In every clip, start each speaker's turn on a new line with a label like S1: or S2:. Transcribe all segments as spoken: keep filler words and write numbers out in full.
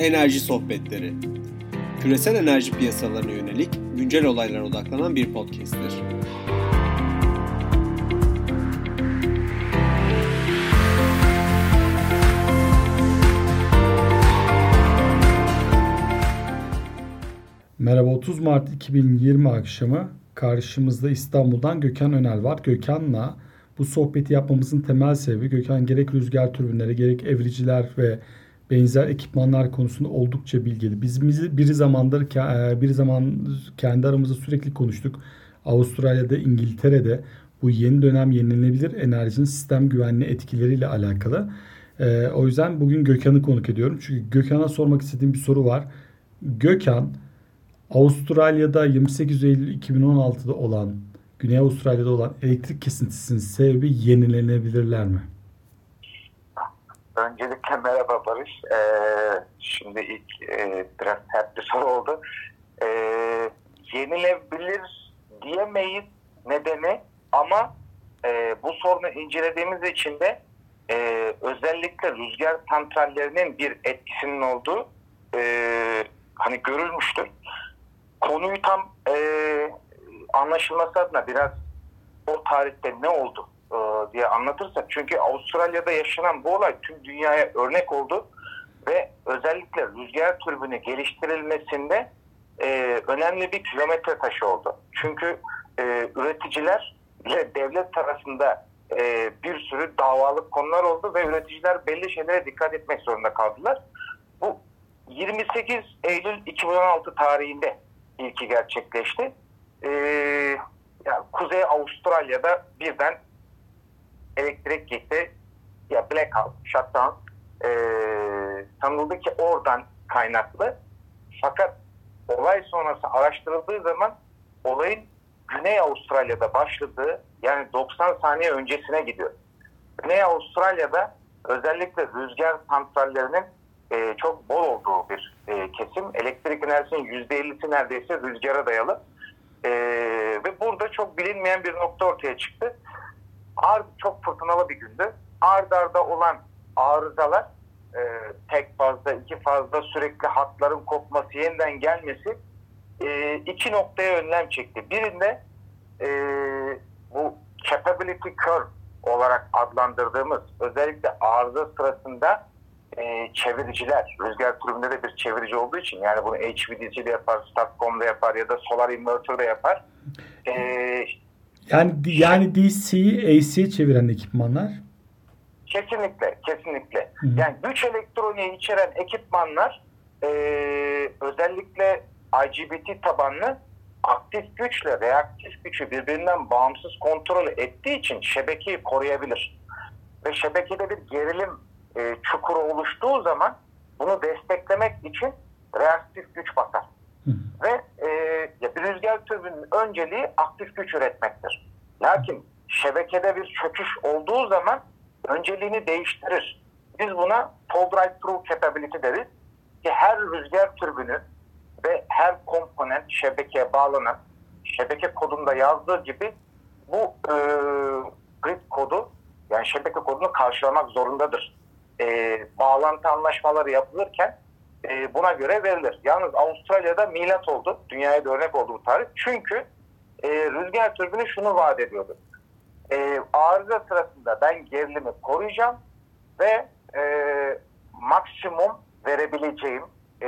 S1: Enerji Sohbetleri. Küresel enerji piyasalarına yönelik güncel olaylara odaklanan bir podcast'tir.
S2: Merhaba, otuz Mart iki bin yirmi akşamı karşımızda İstanbul'dan Gökhan Önel var. Gökhan'la bu sohbeti yapmamızın temel sebebi Gökhan gerek rüzgar türbinleri gerek evriciler ve benzer ekipmanlar konusunda oldukça bilgili. Biz bir zamandır bir zaman kendi aramızda sürekli konuştuk. Avustralya'da, İngiltere'de bu yeni dönem yenilenebilir enerjinin sistem güvenliği etkileriyle alakalı. O yüzden bugün Gökhan'ı konuk ediyorum. Çünkü Gökhan'a sormak istediğim bir soru var. Gökhan, Avustralya'da yirmi sekiz Eylül iki bin on altıda olan, Güney Avustralya'da olan elektrik kesintisinin sebebi yenilenebilirler mi?
S3: Öncelikle merhaba Barış. Ee, şimdi ilk e, biraz sert bir soru oldu. Ee, yenilebilir diyemeyiz nedeni ama e, bu sorunu incelediğimiz için de e, özellikle rüzgar santrallerinin bir etkisinin olduğu e, hani görülmüştür. Konuyu tam e, anlaşılması adına biraz o tarihte ne oldu e, diye anlatırsak. Çünkü Avustralya'da yaşanan bu olay tüm dünyaya örnek oldu ve özellikle rüzgar türbini geliştirilmesinde e, önemli bir kilometre taşı oldu. Çünkü e, üreticiler ile devlet arasında e, bir sürü davalık konular oldu ve üreticiler belli şeylere dikkat etmek zorunda kaldılar. Bu yirmi sekiz Eylül iki bin on altı tarihinde ilki gerçekleşti. Ee, yani Kuzey Avustralya'da birden elektrik gitti. Ya blackout, shutdown ee, sanıldı ki oradan kaynaklı. Fakat olay sonrası araştırıldığı zaman olayın Güney Avustralya'da başladığı, yani doksan saniye öncesine gidiyor. Güney Avustralya'da özellikle rüzgar santrallerinin e, çok bol olduğu bir e, kesim. Elektrik enerjisinin yüzde ellisi neredeyse rüzgara dayalı. E, ve burada çok bilinmeyen bir nokta ortaya çıktı. Ard, çok fırtınalı bir gündü. Ard arda olan arızalar, e, tek fazla, iki fazla sürekli hatların kopması, yeniden gelmesi e, iki noktaya önlem çekti. Birinde e, bu capability curve olarak adlandırdığımız özellikle arıza sırasında e, çeviriciler, rüzgar türbünde de bir çevirici olduğu için, yani bunu H V D C de yapar, Statcom'da yapar ya da Solar Inverter'da yapar. E,
S2: yani yani D C'yi A C'ye çeviren ekipmanlar.
S3: Kesinlikle, kesinlikle.
S2: Hı.
S3: Yani güç elektroniği içeren ekipmanlar e, özellikle I G B T tabanlı aktif güçle reaktif gücü birbirinden bağımsız kontrol ettiği için şebekeyi koruyabilir. Ve şebekede bir gerilim e, çukuru oluştuğu zaman bunu desteklemek için reaktif güç basar.
S2: Hı.
S3: Ve e, ya bir rüzgar türbünün önceliği aktif güç üretmektir. Lakin şebekede bir çöküş olduğu zaman önceliğini değiştirir. Biz buna fall right through capability deriz ki her rüzgar türbünü ve her komponent şebekeye bağlanan, şebeke kodunda yazdığı gibi bu e, grid kodu, yani şebeke kodunu karşılamak zorundadır. E, bağlantı anlaşmaları yapılırken e, buna göre verilir. Yalnız Avustralya'da milat oldu. Dünyaya da örnek oldu bu tarih. Çünkü e, rüzgar türbünü şunu vaat ediyordu. E, arıza sırasında ben gerilimi koruyacağım ve e, maksimum verebileceğim e,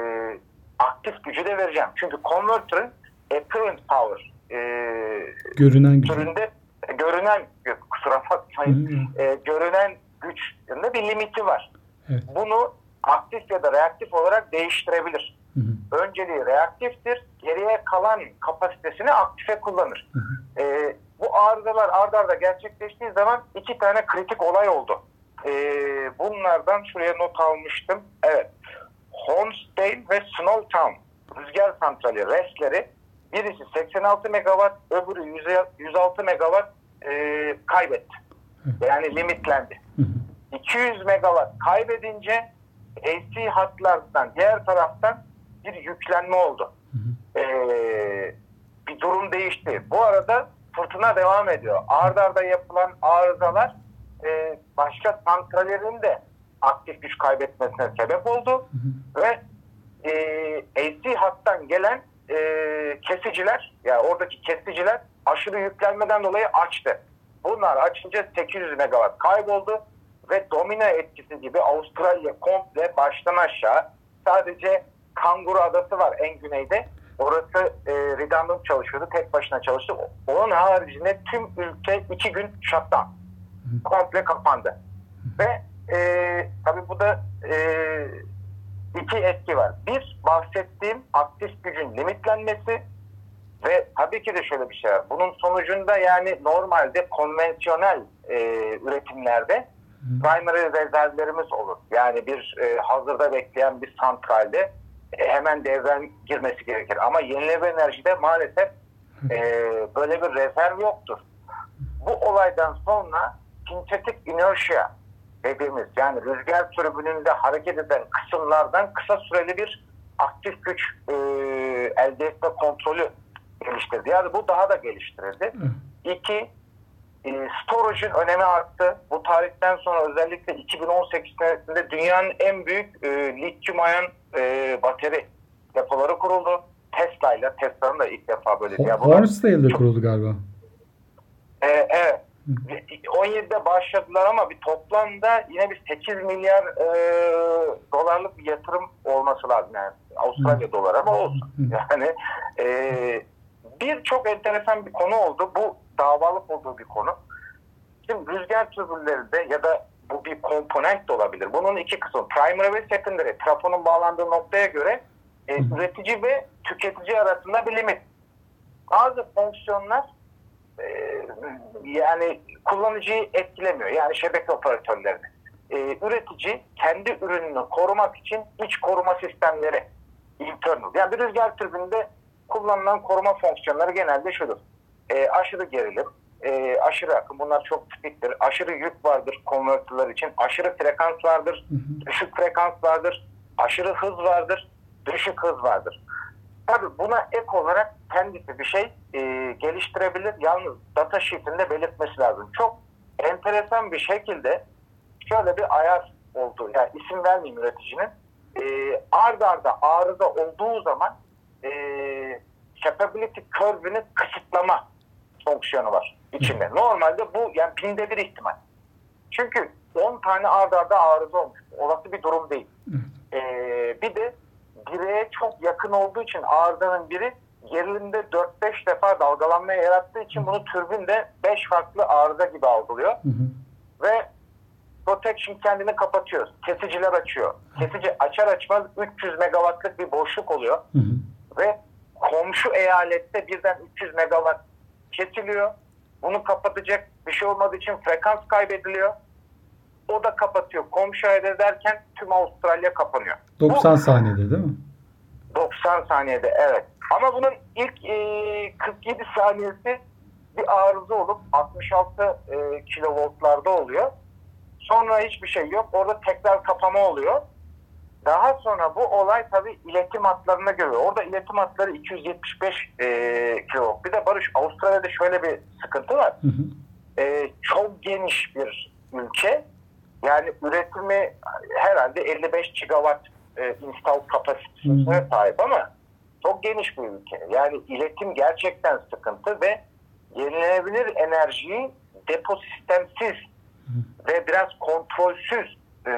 S3: aktif gücü de vereceğim. Çünkü converter'ın apparent power e,
S2: görünen güç.
S3: türünde e, görünen kusura bakmayın e, görünen güçünde bir limiti var.
S2: Evet.
S3: Bunu aktif ya da reaktif olarak değiştirebilir.
S2: Hı hı.
S3: Önceliği reaktiftir. Geriye kalan kapasitesini aktife kullanır.
S2: Hı hı.
S3: E, bu arızalar ard arda gerçekleştiği zaman iki tane kritik olay oldu. E, bunlardan şuraya not almıştım. Evet. Hornsdale ve Snowtown rüzgar santrali R E S'leri, birisi seksen altı megawatt, öbürü yüz altı megawatt e, kaybetti. Yani limitlendi. iki yüz megawatt kaybedince A C hatlardan diğer taraftan bir yüklenme oldu. Ee, bir durum değişti. Bu arada fırtına devam ediyor. Ard arda yapılan arızalar e, başka santrallerin de aktif güç kaybetmesine sebep oldu. Hı hı. Ve e, A C hattan gelen e, kesiciler, yani oradaki kesiciler aşırı yüklenmeden dolayı açtı. Bunlar açınca sekiz yüz megawatt kayboldu ve domino etkisi gibi Avustralya komple baştan aşağı, sadece Kanguru Adası var en güneyde. Orası e, redundant çalışıyordu. Tek başına çalıştı. Onun haricinde tüm ülke iki gün shutdown. Komple kapandı. Ve e, tabii bu da e, iki etki var. Bir, bahsettiğim aktif gücün limitlenmesi ve tabii ki de şöyle bir şey var. Bunun sonucunda yani normalde konvansiyonel e, üretimlerde primary rezervlerimiz olur. Yani bir e, hazırda bekleyen bir santralde e, hemen devreden girmesi gerekir. Ama yenilenebilir enerjide maalesef e, böyle bir rezerv yoktur. Bu olaydan sonra synthetic inertia dediğimiz, yani rüzgar türbününde hareket eden kısımlardan kısa süreli bir aktif güç e, elde etme kontrolü geliştirdi. Yani bu daha da geliştirildi. İki, e, storage'ın önemi arttı. Bu tarihten sonra özellikle iki bin on sekiz senesinde dünyanın en büyük e, lityum iyon e, bateri depoları kuruldu. Tesla ile, Tesla'nın da ilk defa böyle bir yapı.
S2: Hornsdale'de kuruldu galiba.
S3: E, evet. on yedide başladılar ama bir toplamda yine bir sekiz milyar e, dolarlık bir yatırım olması lazım, yani Avustralya doları ama olsun. Yani e, bir çok enteresan bir konu oldu. Bu davalık olduğu bir konu. Şimdi rüzgar türbinlerinde ya da bu bir komponent de olabilir. Bunun iki kısmı, primary ve secondary. Trafonun bağlandığı noktaya göre e, üretici ve tüketici arasında bir limit. Bazı fonksiyonlar e, yani kullanıcıyı etkilemiyor. Yani şebeke operatörlerini. E, üretici kendi ürününü korumak için iç koruma sistemleri, internal. Yani bir rüzgar türbininde kullanılan koruma fonksiyonları genelde şudur. E, aşırı gerilim, e, aşırı akım, bunlar çok tipiktir. Aşırı yük vardır konvertörler için. Aşırı frekans vardır, düşük frekans vardır. Aşırı hız vardır, düşük hız vardır. Tabii buna ek olarak kendisi bir şey e, geliştirebilir. Yalnız data sheet'inde belirtmesi lazım. Çok enteresan bir şekilde şöyle bir ayar oldu. Yani isim vermeyeyim üreticinin. E, arda arda arıza olduğu zaman e, capability curve'ünü kısıtlama fonksiyonu var içinde. Normalde bu yani binde bir ihtimal. Çünkü on tane arda arda arıza olmuş. Olası bir durum değil. E, bir de direğe çok yakın olduğu için arızanın biri gerilimde dört beş defa dalgalanmaya yarattığı için bunu türbinde beş farklı arıza gibi algılıyor. Hı hı. Ve protection kendini kapatıyor. Kesiciler açıyor. Kesici açar açmaz üç yüz megawattlık bir boşluk oluyor. Hı hı. Ve komşu eyalette birden üç yüz megawatt kesiliyor. Bunu kapatacak bir şey olmadığı için frekans kaybediliyor. O da kapatıyor. Komşu ederken tüm Avustralya kapanıyor.
S2: doksan Bu, saniyede değil mi?
S3: doksan saniyede, evet. Ama bunun ilk e, kırk yedi saniyesi bir arıza olup altmış altı e, kilovoltlarda oluyor. Sonra hiçbir şey yok. Orada tekrar kapama oluyor. Daha sonra bu olay tabii iletim hatlarına görüyor. Orada iletim hatları iki yüz yetmiş beş e, kilovolt. Bir de Barış, Avustralya'da şöyle bir sıkıntı var. Hı hı. E, çok geniş bir ülke. Yani üretimi herhalde elli beş gigawatt e, install kapasitesine sahip ama çok geniş bir ülke. Yani iletim gerçekten sıkıntı ve yenilenebilir enerjiyi depo sistemsiz ve biraz kontrolsüz e,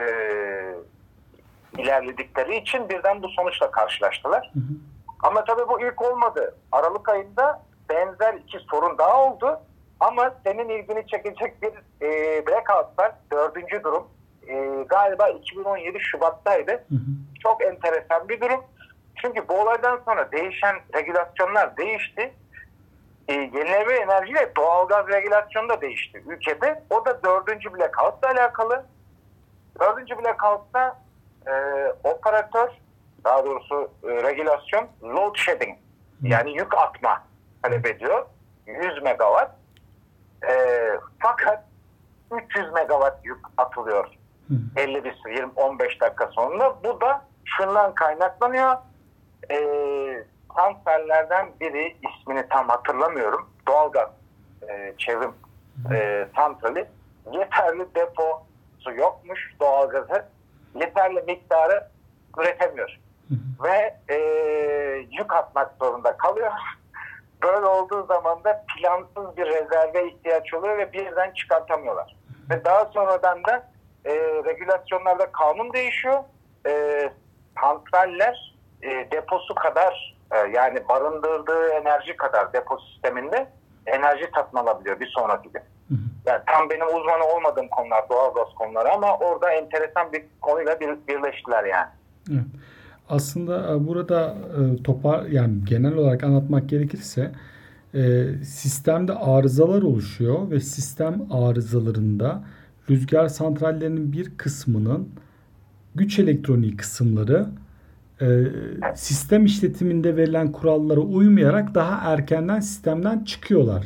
S3: ilerledikleri için birden bu sonuçla karşılaştılar. Hı hı. Ama tabii bu ilk olmadı. Aralık ayında benzer iki sorun daha oldu. Ama senin ilgini çekecek bir e, blackout var. Dördüncü durum. E, galiba iki bin on yedi Şubat'taydı. Hı hı. Çok enteresan bir durum. Çünkü bu olaydan sonra değişen regülasyonlar değişti. E, yenilenebilir enerji ve doğalgaz regülasyonu da değişti ülkede. O da dördüncü blackout'la alakalı. Dördüncü blackout'ta e, operatör, daha doğrusu e, regülasyon load shedding, yani yük atma talep ediyor. yüz megawatt. E, fakat üç yüz megawatt yük atılıyor. elli bir yirmi on beş dakika sonra. Bu da şundan kaynaklanıyor. E, santrallerden biri, ismini tam hatırlamıyorum, doğalgaz e, çevrim e, santrali, yeterli deposu yokmuş doğalgazı yeterli miktarı üretemiyor. Ve e, yük atmak zorunda kalıyor. Böyle olduğu zaman da plansız bir rezerve ihtiyaç oluyor ve birden çıkartamıyorlar. Ve daha sonradan da e, regülasyonlarda kanun değişiyor. E, santraller e, deposu kadar e, yani barındırdığı enerji kadar depo sisteminde enerji satın alabiliyor bir sonraki gün. Yani tam benim uzmanı olmadığım konular, doğalgaz konuları ama orada enteresan bir konuyla bir, birleştiler yani.
S2: Evet. Aslında burada topar yani genel olarak anlatmak gerekirse sistemde arızalar oluşuyor ve sistem arızalarında rüzgar santrallerinin bir kısmının güç elektroniği kısımları sistem işletiminde verilen kurallara uymayarak daha erkenden sistemden çıkıyorlar.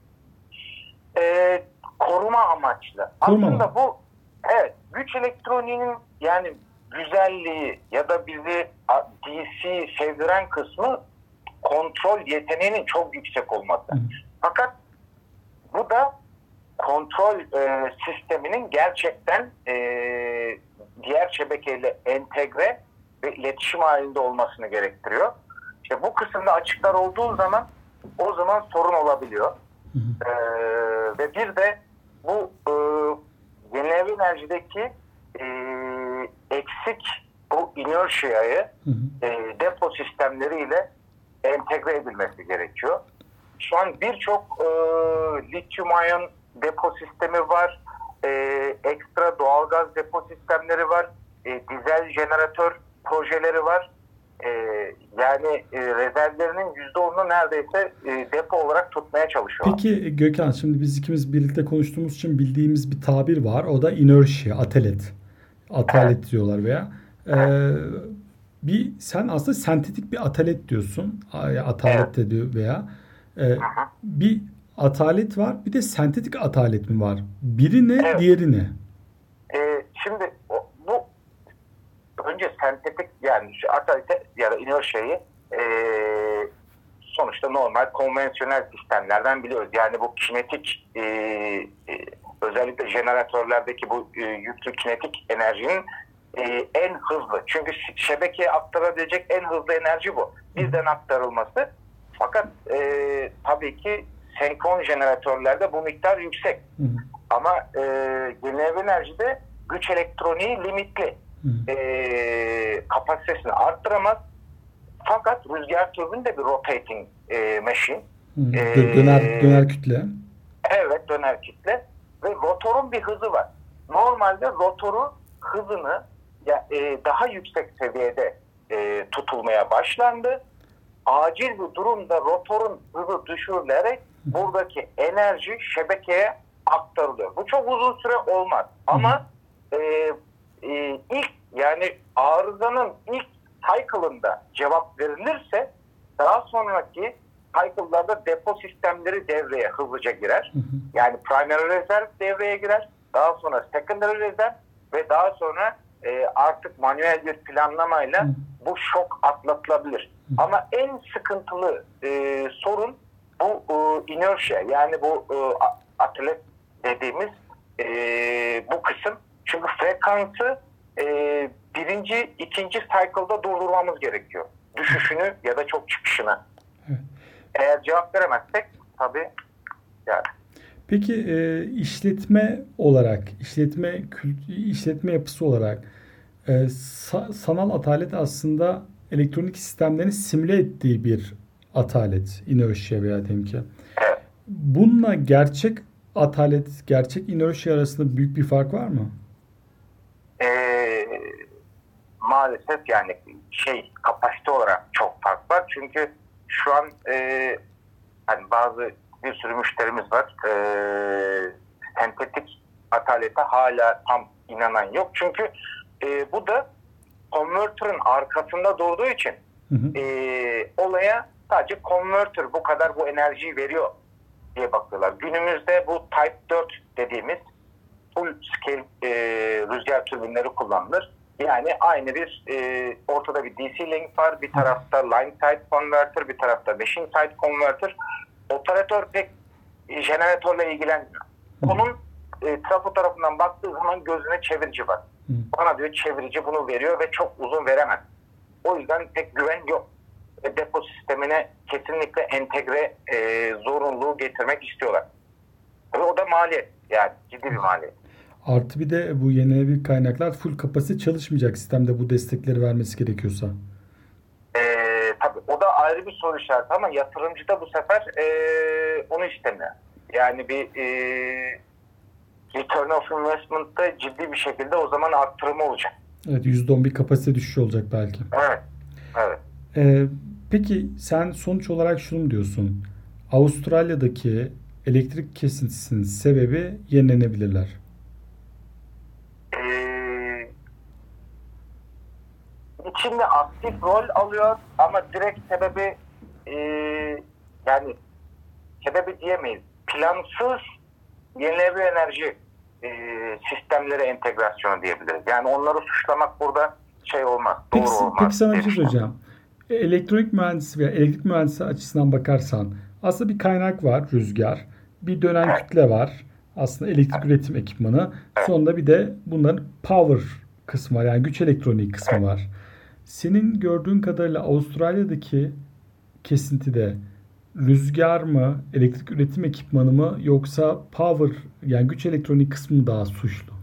S3: Ee, koruma amaçlı.
S2: Koruma
S3: Aslında
S2: mı?
S3: bu evet güç elektroniğinin yani güzelliği ya da bizi D C sevdiren kısmı kontrol yeteneğinin çok yüksek olması. Hı. Fakat bu da kontrol e, sisteminin gerçekten e, diğer şebekeyle entegre ve iletişim halinde olmasını gerektiriyor. İşte bu kısımda açıklar olduğu zaman o zaman sorun olabiliyor. Hı hı. E, ve bir de bu e, yenilenebilir enerjideki e, eksik bu inerşiyayı e, depo sistemleriyle entegre edilmesi gerekiyor. Şu an birçok e, lityum iyon depo sistemi var, e, ekstra doğalgaz depo sistemleri var, e, dizel jeneratör projeleri var. E, yani e, rezervlerinin yüzde onunu neredeyse e, depo olarak tutmaya çalışıyor.
S2: Peki Gökhan, şimdi biz ikimiz birlikte konuştuğumuz için bildiğimiz bir tabir var. O da inertia, atalet. Atalet evet. diyorlar veya. E, bir sen aslında sentetik bir atalet diyorsun. Atalet evet. de diyor veya. E, bir atalet var, bir de sentetik atalet mi var? Biri ne, evet. diğeri ne?
S3: E, şimdi bu önce sentetik yani atalite ya da inerşiyayı e, sonuçta normal konvansiyonel sistemlerden biliyoruz. Yani bu kinetik e, e, özellikle jeneratörlerdeki bu e, yüklü kinetik enerjinin e, en hızlı. Çünkü şebekeye aktarabilecek en hızlı enerji bu. Birden aktarılması. Fakat e, tabii ki senkron jeneratörlerde bu miktar yüksek. Hı hı. Ama e, yenilenebilir enerjide güç elektroniği limitli. E, kapasitesini arttıramaz. Fakat rüzgar türbini de bir rotating e, machine.
S2: Hı, e, döner, döner kütle.
S3: Evet, döner kütle. Ve rotorun bir hızı var. Normalde rotoru hızını ya, e, daha yüksek seviyede e, tutulmaya başlandı. Acil bir durumda rotorun hızı düşürülerek buradaki enerji şebekeye aktarılıyor. Bu çok uzun süre olmaz. Ama e, e, ilk yani arızanın ilk cycle'ında cevap verilirse daha sonraki cycle'larda depo sistemleri devreye hızlıca girer. Hı hı. Yani primary rezerv devreye girer. Daha sonra secondary rezerv ve daha sonra e, artık manuel bir planlamayla hı. bu şok atlatılabilir. Hı. Ama en sıkıntılı e, sorun bu e, inertia yani bu e, atalet dediğimiz e, bu kısım. Çünkü frekansı e, birinci, ikinci cycle'da durdurmamız gerekiyor. Düşüşünü ya da çok çıkışını. Evet. Eğer cevap veremezsek tabii yani.
S2: Peki e, işletme olarak, işletme işletme yapısı olarak e, sa- sanal atalet aslında elektronik sistemlerin simüle ettiği bir atalet, inertia veya diyelim ki.
S3: Evet.
S2: Bununla gerçek atalet, gerçek inertia arasında büyük bir fark var mı?
S3: Ee, maalesef yani şey kapasite olarak çok fark var. Çünkü şu an e, hani bazı bir sürü müşterimiz var. E, sentetik atalete hala tam inanan yok. Çünkü e, bu da konvertörün arkasında durduğu için hı hı. E, olaya sadece konvertör bu kadar bu enerjiyi veriyor diye bakıyorlar. Günümüzde bu Type dört dediğimiz full scale e, rüzgar türbinleri kullanılır. Yani aynı bir e, ortada bir D C link var. Bir tarafta line side converter, bir tarafta machine side converter. Operatör pek e, jeneratörle ilgilenmiyor. Onun e, trafo tarafından baktığı zaman gözüne çevirici var.
S2: Hı.
S3: Bana diyor çevirici bunu veriyor ve çok uzun veremez. O yüzden pek güven yok. Ve depo sistemine kesinlikle entegre e, zorunluluğu getirmek istiyorlar. Ve o da maliyet. Yani ciddi bir maliyet.
S2: Artı bir de bu yenilenebilir kaynaklar full kapasite çalışmayacak sistemde bu destekleri vermesi gerekiyorsa.
S3: Ee, tabii o da ayrı bir soru işareti ama yatırımcı da bu sefer e, onu istemiyor. Yani bir e, return of investment'ta ciddi bir şekilde o zaman arttırımı olacak.
S2: Evet, yüzde on bir kapasite düşüşü olacak belki.
S3: Evet. Evet.
S2: Ee, peki sen sonuç olarak şunu mu diyorsun? Avustralya'daki elektrik kesintisinin sebebi yenilenebilirler.
S3: Ee, içinde aktif rol alıyor ama direkt sebebi e, yani sebebi diyemeyiz. Plansız yenilenebilir enerji e, sistemleri entegrasyonu diyebiliriz. Yani onları suçlamak burada şey olmaz, doğru
S2: Peki,
S3: olmaz.
S2: peki sana bir şey
S3: diye
S2: söyleyeceğim. E, Elektronik mühendisi veya elektrik mühendisi açısından bakarsan aslında bir kaynak var, rüzgar. Bir dönen
S3: Evet.
S2: kütle var. Aslında elektrik üretim ekipmanı. Sonunda bir de bunların power kısmı var. Yani güç elektroniği kısmı var. Senin gördüğün kadarıyla Avustralya'daki kesintide rüzgar mı, elektrik üretim ekipmanı mı yoksa power yani güç elektroniği kısmı mı daha suçlu?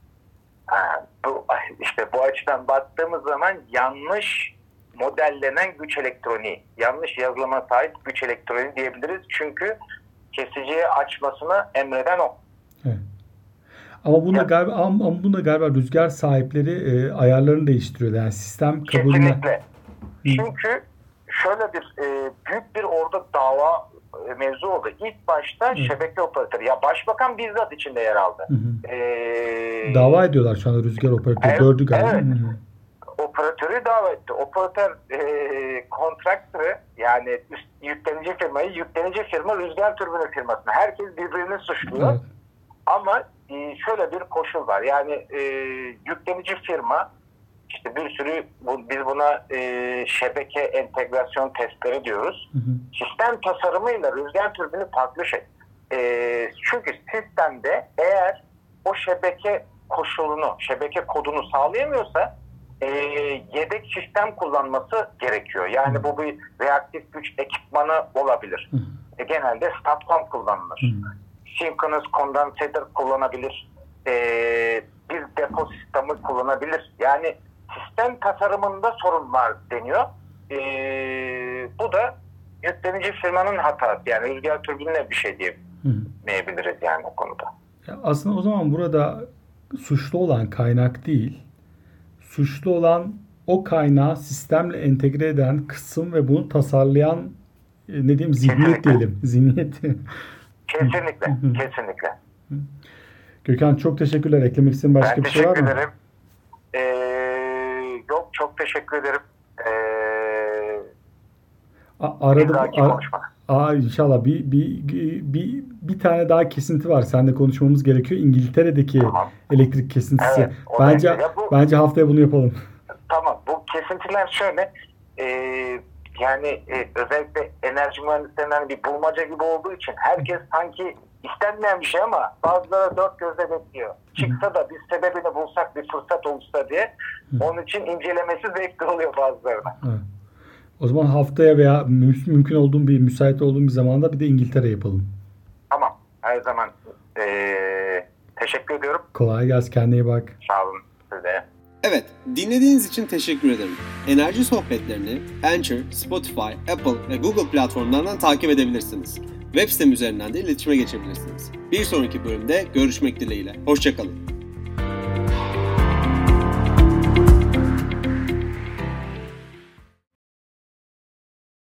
S3: Ha, bu, işte bu açıdan baktığımız zaman yanlış modellenen güç elektroniği, yanlış yazılıma sahip güç elektroniği diyebiliriz. Çünkü kesiciyi açmasını emreden o.
S2: Evet. Ama bunda
S3: Ya.
S2: galiba ama ama bunda galiba rüzgar sahipleri e, ayarlarını değiştiriyorlar. Yani sistem kabulüne.
S3: Kesinlikle. Çünkü şöyle bir e, büyük bir orada dava e, mevzu oldu. İlk başta
S2: Hı.
S3: şebeke operatörü, ya başbakan bizzat içinde yer aldı.
S2: Hı hı.
S3: E,
S2: Dava ediyorlar şu anda rüzgar operatörü.
S3: Evet,
S2: Dördü galiba.
S3: evet.
S2: Hı hı.
S3: Operatörü dava etti. Operatör e, kontraktörü yani üst, yüklenici firmayı, yüklenici firma rüzgar türbini firmasını. Herkes birbirini suçluyor.
S2: Evet.
S3: Ama e, şöyle bir koşul var. Yani e, yüklenici firma işte bir sürü bu, biz buna e, şebeke entegrasyon testleri diyoruz.
S2: Hı hı.
S3: Sistem tasarımıyla rüzgar türbini farklı şey. E, çünkü sistemde eğer o şebeke koşulunu, şebeke kodunu sağlayamıyorsa e, yedek sistem kullanması gerekiyor. Yani bu bir reaktif güç ekipmanı olabilir.
S2: Hı hı.
S3: E, genelde STATCOM kullanılır.
S2: Hı hı.
S3: Synchronous condensator kullanabilir. Ee, bir depo sistemi kullanabilir. Yani sistem tasarımında sorun var deniyor. Ee, bu da yüklenici firmanın hatası. Yani rüzgar türbinine bir şey diyemeyebiliriz yani o konuda.
S2: Ya aslında o zaman burada suçlu olan kaynak değil, suçlu olan o kaynağı sistemle entegre eden kısım ve bunu tasarlayan e, ne diyeyim zihniyet
S3: Kesinlikle.
S2: diyelim. Zihniyet.
S3: Kesinlikle.
S2: Hı hı.
S3: Kesinlikle.
S2: Gökhan çok teşekkürler. Eklemek istediğin başka
S3: Ben
S2: bir şey var
S3: teşekkür
S2: mı?
S3: ederim. Ee, yok çok teşekkür ederim. Ee,
S2: A-
S3: bir
S2: Arada
S3: dahaki
S2: ara-
S3: konuşma.
S2: Aa, inşallah bir, bir bir bir tane daha kesinti var. Seninle konuşmamız gerekiyor. İngiltere'deki
S3: Tamam.
S2: elektrik kesintisi.
S3: Evet, o da
S2: bence
S3: ya bu-
S2: bence haftaya bunu yapalım.
S3: Tamam. Bu kesintiler şöyle e, yani e, özellikle enerji mühendislerinden bir bulmaca gibi olduğu için herkes sanki istenmeyen bir şey ama bazıları dört gözle bekliyor. Çıksa da bir sebebini bulsak, bir fırsat olursa diye. Onun için incelemesi zevkli oluyor bazılarına.
S2: Evet. O zaman haftaya veya mü- mümkün olduğum bir müsait olduğum bir zamanda bir de İngiltere yapalım.
S3: Tamam. Her zaman e, teşekkür ediyorum.
S2: Kolay gelsin. Kendine iyi bak.
S3: Sağ olun size.
S1: Evet, dinlediğiniz için teşekkür ederim. Enerji sohbetlerini Anchor, Spotify, Apple ve Google platformlarından takip edebilirsiniz. Web sitem üzerinden de iletişime geçebilirsiniz. Bir sonraki bölümde görüşmek dileğiyle. Hoşça kalın.